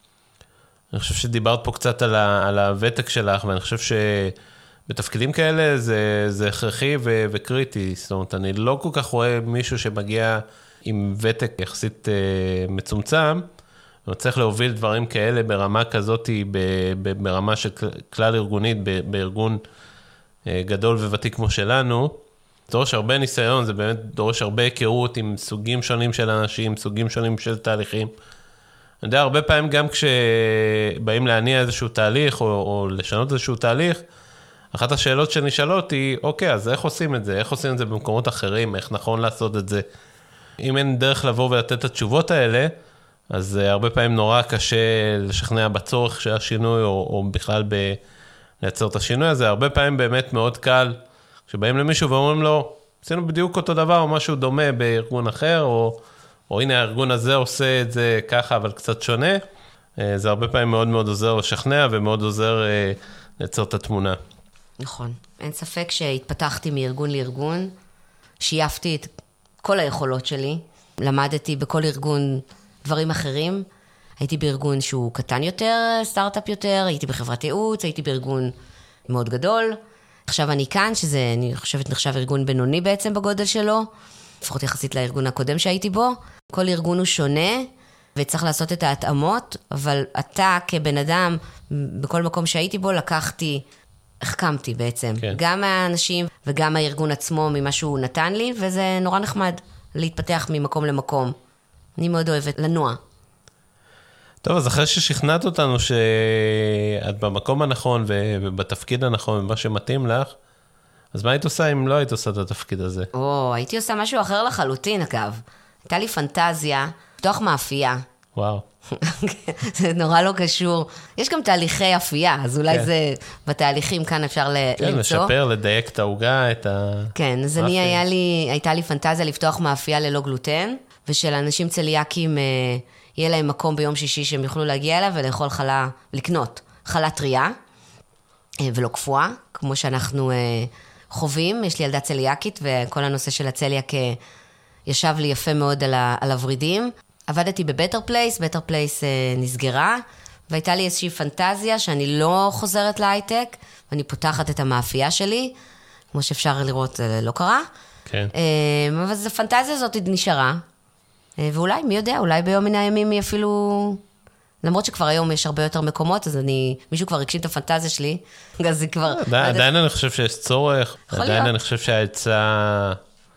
אני חושב שדיברת פה קצת על, ה- על הוותק שלך, ואני חושב שבתפקידים כאלה זה, זה הכרחי ו- וקריטי. זאת אומרת, אני לא כל כך רואה מישהו שמגיע עם ותק יחסית uh, מצומצם, וצריך להוביל דברים כאלה ברמה כזאת, ברמה של כלל ארגונית, בארגון גדול וותיק כמו שלנו. דורש הרבה ניסיון, זה באמת דורש הרבה היכרות עם סוגים שונים של אנשים, סוגים שונים של תהליכים. אני יודע, הרבה פעמים גם כשבאים להניע איזשהו תהליך, או, או לשנות איזשהו תהליך, אחת השאלות שנשאלות היא, אוקיי, אז איך עושים את זה? איך עושים את זה במקומות אחרים? איך נכון לעשות את זה? אם אין דרך לבוא ולתת את התשובות האלה, אז הרבה פעמים נורא קשה לשכנע בצורך של השינוי, או, או בכלל ב... לייצר את השינוי הזה. הרבה פעמים באמת מאוד קל, כשבאים למישהו ואומרים לו, עשינו בדיוק אותו דבר, או משהו דומה בארגון אחר, או, או הנה הארגון הזה עושה את זה ככה, אבל קצת שונה. זה הרבה פעמים מאוד מאוד עוזר לשכנע, ומאוד עוזר לייצר את התמונה.
נכון. אין ספק שהתפתחתי מארגון לארגון, שייפתי את כל היכולות שלי, למדתי בכל ארגון דברים אחרים, הייתי בארגון שהוא קטן יותר, סטארט-אפ יותר, הייתי בחברת ייעוץ, הייתי בארגון מאוד גדול. עכשיו אני כאן, שזה, אני חושבת, נחשב ארגון בינוני בעצם בגודל שלו, לפחות יחסית לארגון הקודם שהייתי בו. כל ארגון הוא שונה, וצריך לעשות את ההתאמות, אבל אתה כבן אדם, בכל מקום שהייתי בו, לקחתי, החכמתי בעצם. כן. גם האנשים וגם הארגון עצמו ממה שהוא נתן לי, וזה נורא נחמד להתפתח ממקום למקום. אני מאוד אוהבת לנוע.
טוב, אז אחרי ששכנעת אותנו שאת במקום הנכון ובתפקיד הנכון ומה שמתאים לך, אז מה היית עושה אם לא היית עושה את התפקיד הזה?
או, הייתי עושה משהו אחר לחלוטין, אגב. הייתה לי פנטזיה, פתוח מאפייה.
וואו.
זה נורא לא קשור. יש גם תהליכי אפייה, אז אולי
כן.
זה בתהליכים כאן אפשר
כן,
למצוא.
לשפר, לדייק את ההוגה, את ה...
כן, אז אני היה לי, הייתה לי פנטזיה לפתוח מאפייה ללא גלוטן, ושל אנשים צליאקים... יהיה להם מקום ביום שישי שהם יוכלו להגיע אליו ולאכול חלה, לקנות חלה טריה ולא קפואה, כמו שאנחנו חווים. יש לי ילדה צליאקית, וכל הנושא של הצליאק ישב לי יפה מאוד על הוורידים. עבדתי בבטר פלייס, בטר פלייס נסגרה, והייתה לי איזושהי פנטזיה שאני לא חוזרת להייטק, ואני פותחת את המאפייה שלי, כמו שאפשר לראות, זה לא קרה.
כן.
אבל זו פנטזיה הזאת נשארה, ואולי, מי יודע, אולי ביום מן הימים היא אפילו... למרות שכבר היום יש הרבה יותר מקומות, אז אני... מישהו כבר הקשיב את הפנטזיה שלי, אז זה כבר...
עדיין אני חושב שיש צורך, עדיין אני חושב שהעצה...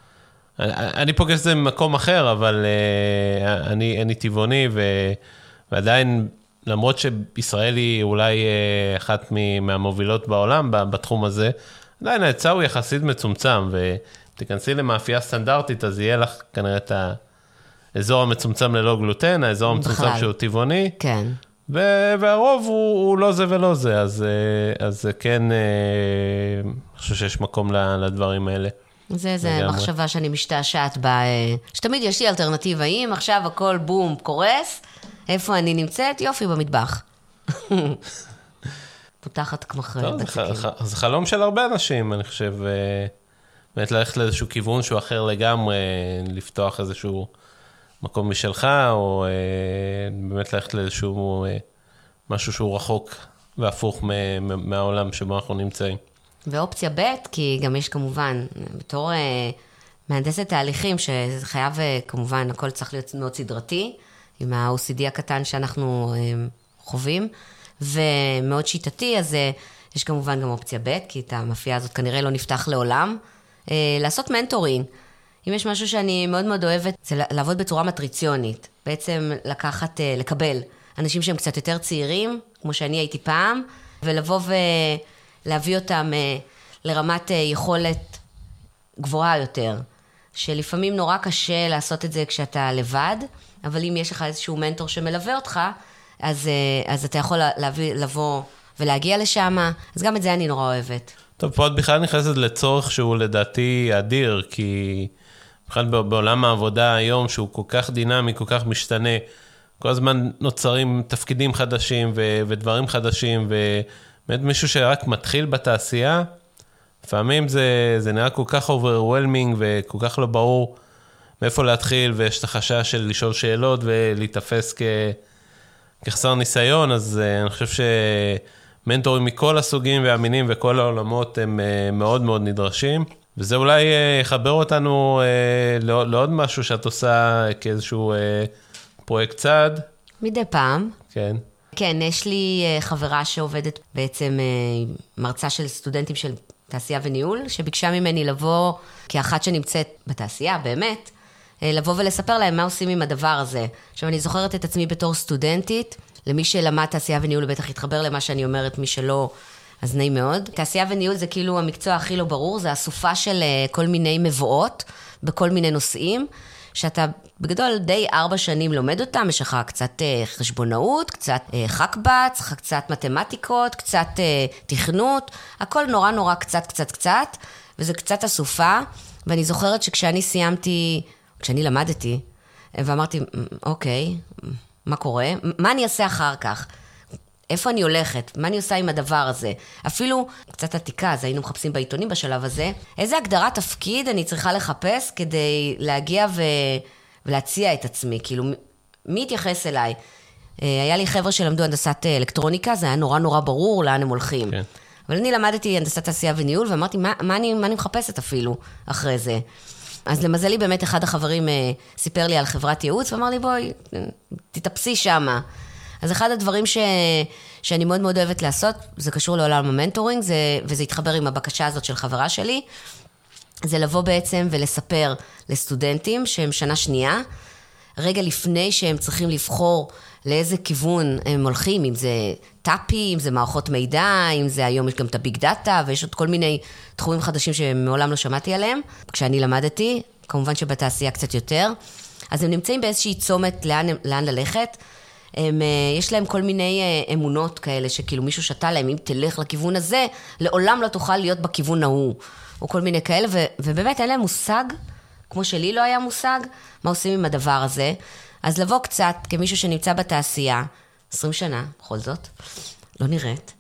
אני פוגש את זה במקום אחר, אבל אני טבעוני, ועדיין, למרות שישראל היא אולי אחת מהמובילות בעולם בתחום הזה, עדיין העצה הוא יחסית מצומצם, ותכנסי למאפייה סטנדרטית, אז יהיה לך כנראה את ה... האזור המצומצם ללא גלוטן, האזור המצומצם שהוא טבעוני,
כן.
והרוב הוא, הוא לא זה ולא זה, אז, אז כן, אני חושב שיש מקום לדברים האלה.
זה, זה מחשבה שאני משתעשעת בה, שתמיד יש לי אלטרנטיבה, אם עכשיו הכל בום קורס, איפה אני נמצאת? יופי במטבח. פותחת כמוך
בצקים. זה חלום של הרבה אנשים, אני חושב, באמת ללכת לאיזשהו כיוון שהוא אחר לגמרי, לפתוח איזשהו מקום משלך, או באמת ללכת לאיזשהו משהו שהוא רחוק והפוך מהעולם שבו אנחנו נמצאים.
ואופציה ב', כי גם יש כמובן, בתור מהנדסת תהליכים, שחייב כמובן, הכל צריך להיות מאוד סדרתי, עם ה-או סי די הקטן שאנחנו חווים, ומאוד שיטתי, אז יש כמובן גם אופציה ב', כי את המאפייה הזאת כנראה לא נפתח לעולם, לעשות מנטורינג. אם יש משהו שאני מאוד מאוד אוהבת, זה לעבוד בצורה מטריציונית, בעצם לקחת, לקבל אנשים שהם קצת יותר צעירים, כמו שאני הייתי פעם, ולבוא ולהביא אותם לרמת יכולת גבוהה יותר, שלפעמים נורא קשה לעשות את זה כשאתה לבד, אבל אם יש לך איזשהו מנטור שמלווה אותך, אז, אז אתה יכול להביא, לבוא ולהגיע לשם, אז גם את זה אני נורא אוהבת.
טוב, פה את בכלל נכנסת לצורך שהוא לדעתי אדיר, כי בכלל בעולם העבודה היום, שהוא כל כך דינמי, כל כך משתנה, כל הזמן נוצרים תפקידים חדשים ו- ודברים חדשים, ובאמת מישהו שרק מתחיל בתעשייה, לפעמים זה, זה נראה כל כך overwhelming וכל כך לא ברור מאיפה להתחיל, ויש את החשש של לשאול שאלות ולהתאפס כ- כחסר ניסיון, אז uh, אני חושב שמנטורים מכל הסוגים והמינים וכל העולמות הם uh, מאוד מאוד נדרשים, וזה אולי uh, יחבר אותנו uh, לא, לעוד משהו שאת עושה כאיזשהו uh, פרויקט צעד.
מדי פעם.
כן.
כן, יש לי uh, חברה שעובדת בעצם uh, מרצה של סטודנטים של תעשייה וניהול, שביקשה ממני לבוא כאחת שנמצאת בתעשייה, באמת, לבוא ולספר להם מה עושים עם הדבר הזה. עכשיו, אני זוכרת את עצמי בתור סטודנטית, למי שלמד תעשייה וניהול בטח יתחבר למה שאני אומרת, מי שלא, אז נעים מאוד. תעשייה וניהול זה כאילו המקצוע הכי לא ברור, זה הסופה של כל מיני מבואות, בכל מיני נושאים, שאתה בגדול די ארבע שנים לומד אותם, יש לך קצת חשבונאות, קצת חקבץ, קצת מתמטיקות, קצת תכנות, הכל נורא נורא קצת קצת קצת, וזה קצת הסופה, ואני זוכרת שכשאני סיימתי, כשאני למדתי, ואמרתי, אוקיי, מה קורה? מה אני אעשה אחר כך? איפה אני הולכת? מה אני עושה עם הדבר הזה? אפילו קצת עתיקה, אז היינו מחפשים בעיתונים בשלב הזה, איזה הגדרת תפקיד אני צריכה לחפש כדי להגיע ו... ולהציע את עצמי, כאילו, מי יתייחס אליי? היה לי חבר'ה שלמדו הנדסת אלקטרוניקה, זה היה נורא נורא ברור לאן הם הולכים. כן. אבל אני למדתי הנדסת תעשייה וניהול, ואמרתי, מה, מה, אני, מה אני מחפשת אפילו אחרי זה? אז למזלי באמת אחד החברים סיפר לי על חברת ייעוץ, ואמר לי, בואי, תתאפסי שמה. אז אחד הדברים ש... שאני מאוד מאוד אוהבת לעשות, זה קשור לעולם המנטורינג, זה... וזה התחבר עם הבקשה הזאת של חברה שלי, זה לבוא בעצם ולספר לסטודנטים שהם שנה שנייה, רגע לפני שהם צריכים לבחור לאיזה כיוון הם הולכים, אם זה טאפי, אם זה מערכות מידע, אם זה היום יש גם את הביג דאטה, ויש עוד כל מיני תחומים חדשים שמעולם לא שמעתי עליהם. כשאני למדתי, כמובן שבתעשייה קצת יותר, אז הם נמצאים באיזושהי צומת לאן, לאן ללכת, הם, יש להם כל מיני אמונות כאלה, שכאילו מישהו שתה להם, אם תלך לכיוון הזה, לעולם לא תוכל להיות בכיוון ההוא, או כל מיני כאלה, ו, ובאמת אין להם מושג, כמו שלי לא היה מושג, מה עושים עם הדבר הזה. אז לבוא קצת, כמישהו שנמצא בתעשייה, עשרים שנה, בכל זאת, לא נראית.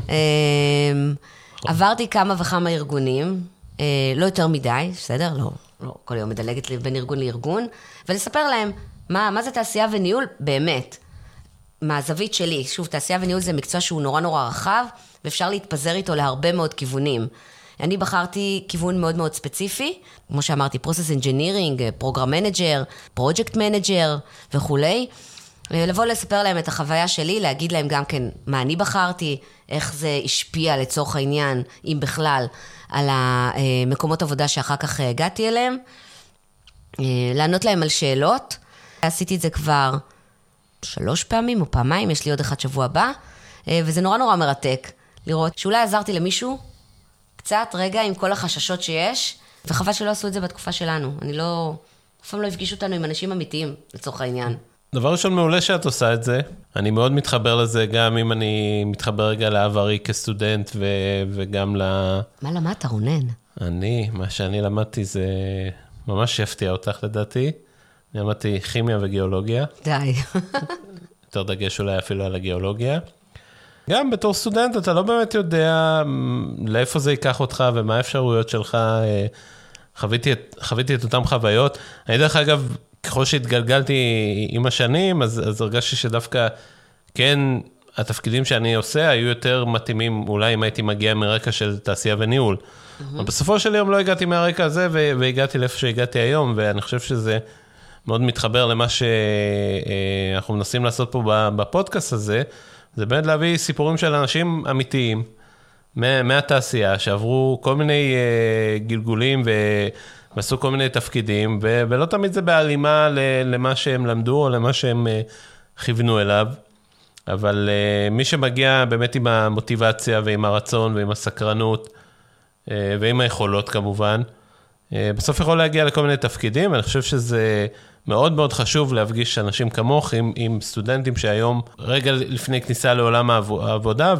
עברתי כמה וכמה ארגונים, לא יותר מדי, בסדר? לא, לא, כל יום מדלגת בין ארגון לארגון, ולספר להם, מה, מה זה תעשייה וניהול? באמת. מהזווית שלי, שוב, תעשייה וניהול זה מקצוע שהוא נורא נורא רחב, ואפשר להתפזר איתו להרבה מאוד כיוונים. אני בחרתי כיוון מאוד מאוד ספציפי, כמו שאמרתי, Process Engineering, Program Manager, Project Manager וכולי. לבוא לספר להם את החוויה שלי, להגיד להם גם כן מה אני בחרתי, איך זה השפיע לצורך העניין, אם בכלל, על המקומות עבודה שאחר כך הגעתי אליהם. לענות להם על שאלות. עשיתי את זה כבר שלוש פעמים או פעמיים, יש לי עוד אחד שבוע הבא, וזה נורא נורא מרתק לראות שאולי עזרתי למישהו, קצת רגע עם כל החששות שיש, וחבל שלא עשו את זה בתקופה שלנו. אני לא, אף פעם לא הפגישו אותנו עם אנשים אמיתיים, לצורך העניין.
דבר ראשון מעולה שאת עושה את זה. אני מאוד מתחבר לזה, גם אם אני מתחבר רגע לעברי כסטודנט, ו... וגם ל...
מה למדת, רונן?
אני, מה שאני למדתי זה ממש יפתיע אותך לדעתי. אני למדתי כימיה וגיאולוגיה.
די.
יותר דגש אולי אפילו על הגיאולוגיה. גם בתור סטודנט אתה לא באמת יודע לאיפה זה ייקח אותך ומה האפשרויות שלך. חוויתי את, חוויתי את אותם חוויות. אני דרך אגב, ככל שהתגלגלתי עם השנים, אז, אז הרגשתי שדווקא כן, התפקידים שאני עושה היו יותר מתאימים, אולי אם הייתי מגיע מרקע של תעשייה וניהול. Mm-hmm. אבל בסופו של יום לא הגעתי מהרקע הזה, והגעתי לאיפה שהגעתי היום, ואני חושב שזה מאוד מתחבר למה שאנחנו מנסים לעשות פה בפודקאסט הזה, זה באמת להביא סיפורים של אנשים אמיתיים, מהתעשייה, שעברו כל מיני גלגולים ועשו כל מיני תפקידים, ולא תמיד זה בהלימה למה שהם למדו או למה שהם כיוונו אליו, אבל מי שמגיע באמת עם המוטיבציה ועם הרצון ועם הסקרנות ועם היכולות כמובן, בסוף יכול להגיע לכל מיני תפקידים, ואני חושב שזה מאוד מאוד חשוב להפגיש אנשים כמוך עם, עם סטודנטים שהיום רגע לפני כניסה לעולם העבודה,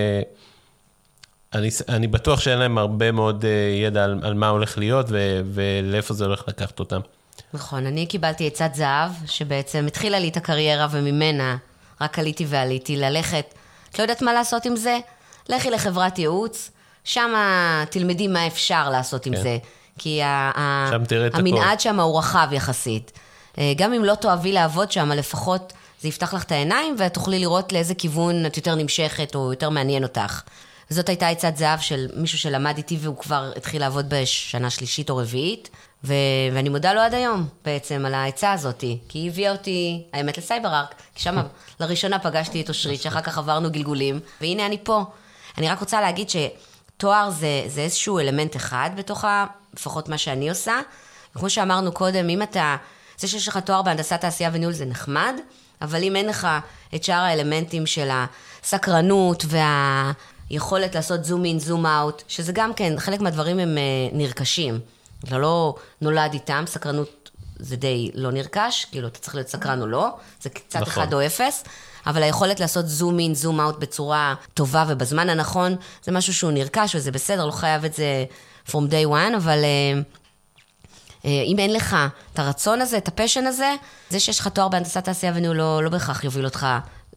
ואני אני בטוח שאין להם הרבה מאוד ידע על, על מה הולך להיות ו, ולאיפה זה הולך לקחת אותם.
נכון, אני קיבלתי עצת זהב, שבעצם התחילה לי את הקריירה וממנה רק עליתי ועליתי ללכת. את לא יודעת מה לעשות עם זה? לכי לחברת ייעוץ, שם תלמדי מה אפשר לעשות כן. עם זה. כי המנעד שם הוא רחב יחסית. גם אם לא תאהבי לעבוד שם, לפחות זה יפתח לך את העיניים, ותוכלי לראות לאיזה כיוון את יותר נמשכת, או יותר מעניין אותך. זאת הייתה עצת זהב של מישהו שלמד איתי, והוא כבר התחיל לעבוד בשנה שלישית או רביעית, ו- ואני מודה לו עד היום בעצם על העצה הזאת, כי היא הביאה אותי, האמת, לסייבר-ארק, כי שם לראשונה פגשתי את אושרית, שאחר כך עברנו גלגולים, והנה אני פה. אני רק רוצה להגיד שתואר זה, זה איזשהו אלמנט אחד בתוך ה... לפחות מה שאני עושה, וכמו שאמרנו קודם, אם אתה, זה שיש לך תואר בהנדסת תעשייה וניהול זה נחמד, אבל אם אין לך את שאר האלמנטים של הסקרנות והיכולת לעשות זום אין, זום אאוט, שזה גם כן, חלק מהדברים הם נרכשים, אתה לא נולד איתם, סקרנות זה די לא נרכש, כאילו אתה צריך להיות סקרן או לא, זה קצת נכון. אחד או אפס, אבל היכולת לעשות זום אין, זום אאוט בצורה טובה ובזמן הנכון, זה משהו שהוא נרכש וזה בסדר, לא חייב את זה from day one, אבל uh, uh, אם אין לך את הרצון הזה, את הפשן הזה, זה שיש לך תואר בהנדסת תעשייה וניהול לא, לא בהכרח יוביל אותך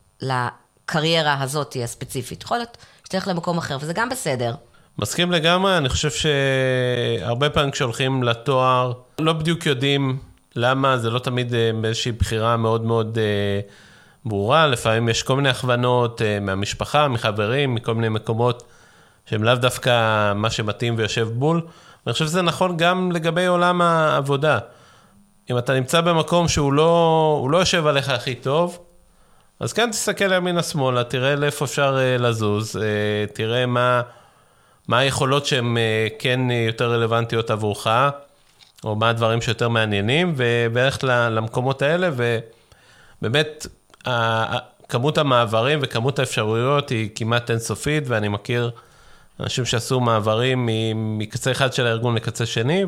לקריירה הזאת הספציפית. יכול להיות שתלך למקום אחר, וזה גם בסדר.
מסכים לגמרי, אני חושב שהרבה פעמים כשהולכים לתואר, לא בדיוק יודעים למה, זה לא תמיד באיזושהי בחירה מאוד מאוד uh, ברורה, לפעמים יש כל מיני הכוונות uh, מהמשפחה, מחברים, מכל מיני מקומות, שהם לאו דווקא מה שמתאים ויושב בול. אני חושב שזה נכון גם לגבי עולם העבודה. אם אתה נמצא במקום שהוא לא, הוא לא יושב עליך הכי טוב, אז כן תסתכל ימין השמאלה, תראה לאיפה אפשר לזוז, תראה מה, מה היכולות שהן כן יותר רלוונטיות עבורך, או מה הדברים שיותר מעניינים, ובערך למקומות האלה, ובאמת כמות המעברים וכמות האפשרויות היא כמעט אינסופית, ואני מכיר אנשים שעשו מעברים מקצה אחד של הארגון לקצה שני,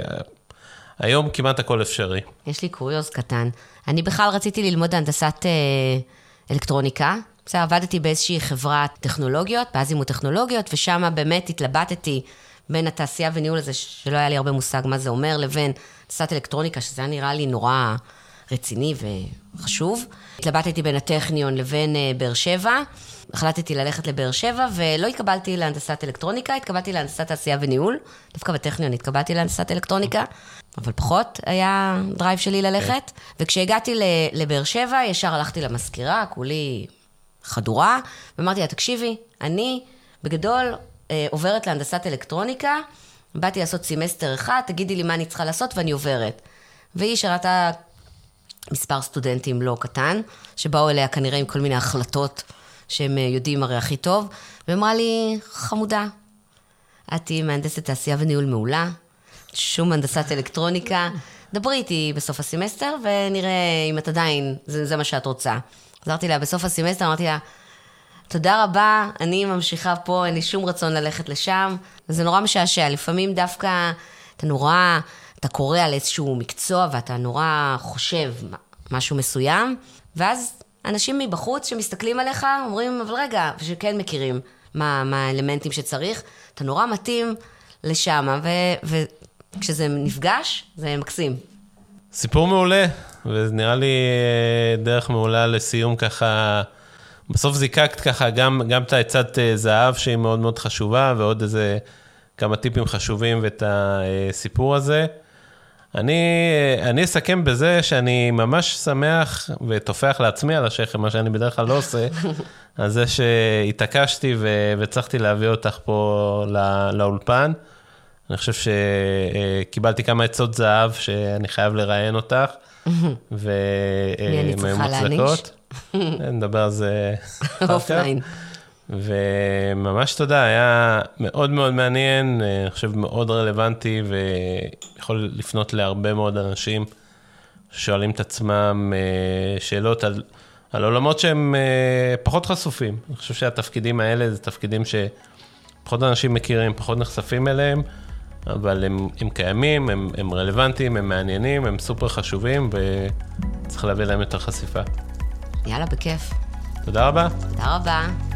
והיום כמעט הכל אפשרי.
יש לי קוריוז קטן. אני בכלל רציתי ללמוד הנדסת אלקטרוניקה. בסדר, עבדתי באיזושהי חברת טכנולוגיות, באזימות טכנולוגיות, ושם באמת התלבטתי בין התעשייה וניהול הזה, שלא היה לי הרבה מושג מה זה אומר, לבין הנדסת אלקטרוניקה, שזה היה נראה לי נורא רציני וחשוב. התלבטתי בין הטכניון לבין באר שבע, החלטתי ללכת לבאר שבע, ולא התקבלתי להנדסת אלקטרוניקה, התקבלתי להנדסת תעשייה וניהול, דווקא בטכניון התקבלתי להנדסת אלקטרוניקה, אבל פחות היה דרייב שלי ללכת, וכשהגעתי לבאר שבע, ישר הלכתי למזכירה, כולי חדורה, ואמרתי לה, תקשיבי, אני בגדול עוברת להנדסת אלקטרוניקה, באתי לעשות סמסטר אחד, תגידי לי מה אני צריכה לעשות, ואני עוברת. והיא שראתה מספר סטודנטים לא קטן, שבאו אליה כנראה עם כל מיני החלטות, שהם יודעים הרי הכי טוב, ואמרה לי, חמודה, את היא מהנדסת תעשייה וניהול מעולה, שום הנדסת אלקטרוניקה, דברי איתי בסוף הסמסטר, ונראה אם את עדיין, זה, זה מה שאת רוצה. עזרתי לה בסוף הסמסטר, אמרתי לה, תודה רבה, אני ממשיכה פה, אין לי שום רצון ללכת לשם, וזה נורא משעשע, לפעמים דווקא אתה נורא, אתה קורא על איזשהו מקצוע, ואתה נורא חושב משהו מסוים, ואז אנשים מבחוץ שמסתכלים עליך, אומרים, אבל רגע, ושכן מכירים מה, מה האלמנטים שצריך, אתה נורא מתאים לשם, ו, וכשזה נפגש, זה מקסים.
סיפור מעולה, וזה נראה לי דרך מעולה לסיום ככה בסוף זיקקת ככה גם, גם את העצת זהב שהיא מאוד מאוד חשובה, ועוד איזה כמה טיפים חשובים ואת הסיפור הזה. אני, אני אסכם בזה שאני ממש שמח ותופח לעצמי על השכם, מה שאני בדרך כלל לא עושה, על זה שהתעקשתי ו, וצריכתי להביא אותך פה לא, לאולפן. אני חושב שקיבלתי כמה עצות זהב שאני חייב לראיין אותך, ומוצלקות. נדבר על זה
אופליין.
וממש תודה, היה מאוד מאוד מעניין, אני חושב מאוד רלוונטי, ויכול לפנות להרבה מאוד אנשים ששואלים את עצמם שאלות על, על עולמות שהם פחות חשופים. אני חושב שהתפקידים האלה זה תפקידים שפחות אנשים מכירים, פחות נחשפים אליהם, אבל הם, הם קיימים, הם, הם רלוונטיים, הם מעניינים, הם סופר חשובים, וצריך להביא להם יותר חשיפה.
יאללה, בכיף.
תודה רבה.
תודה רבה.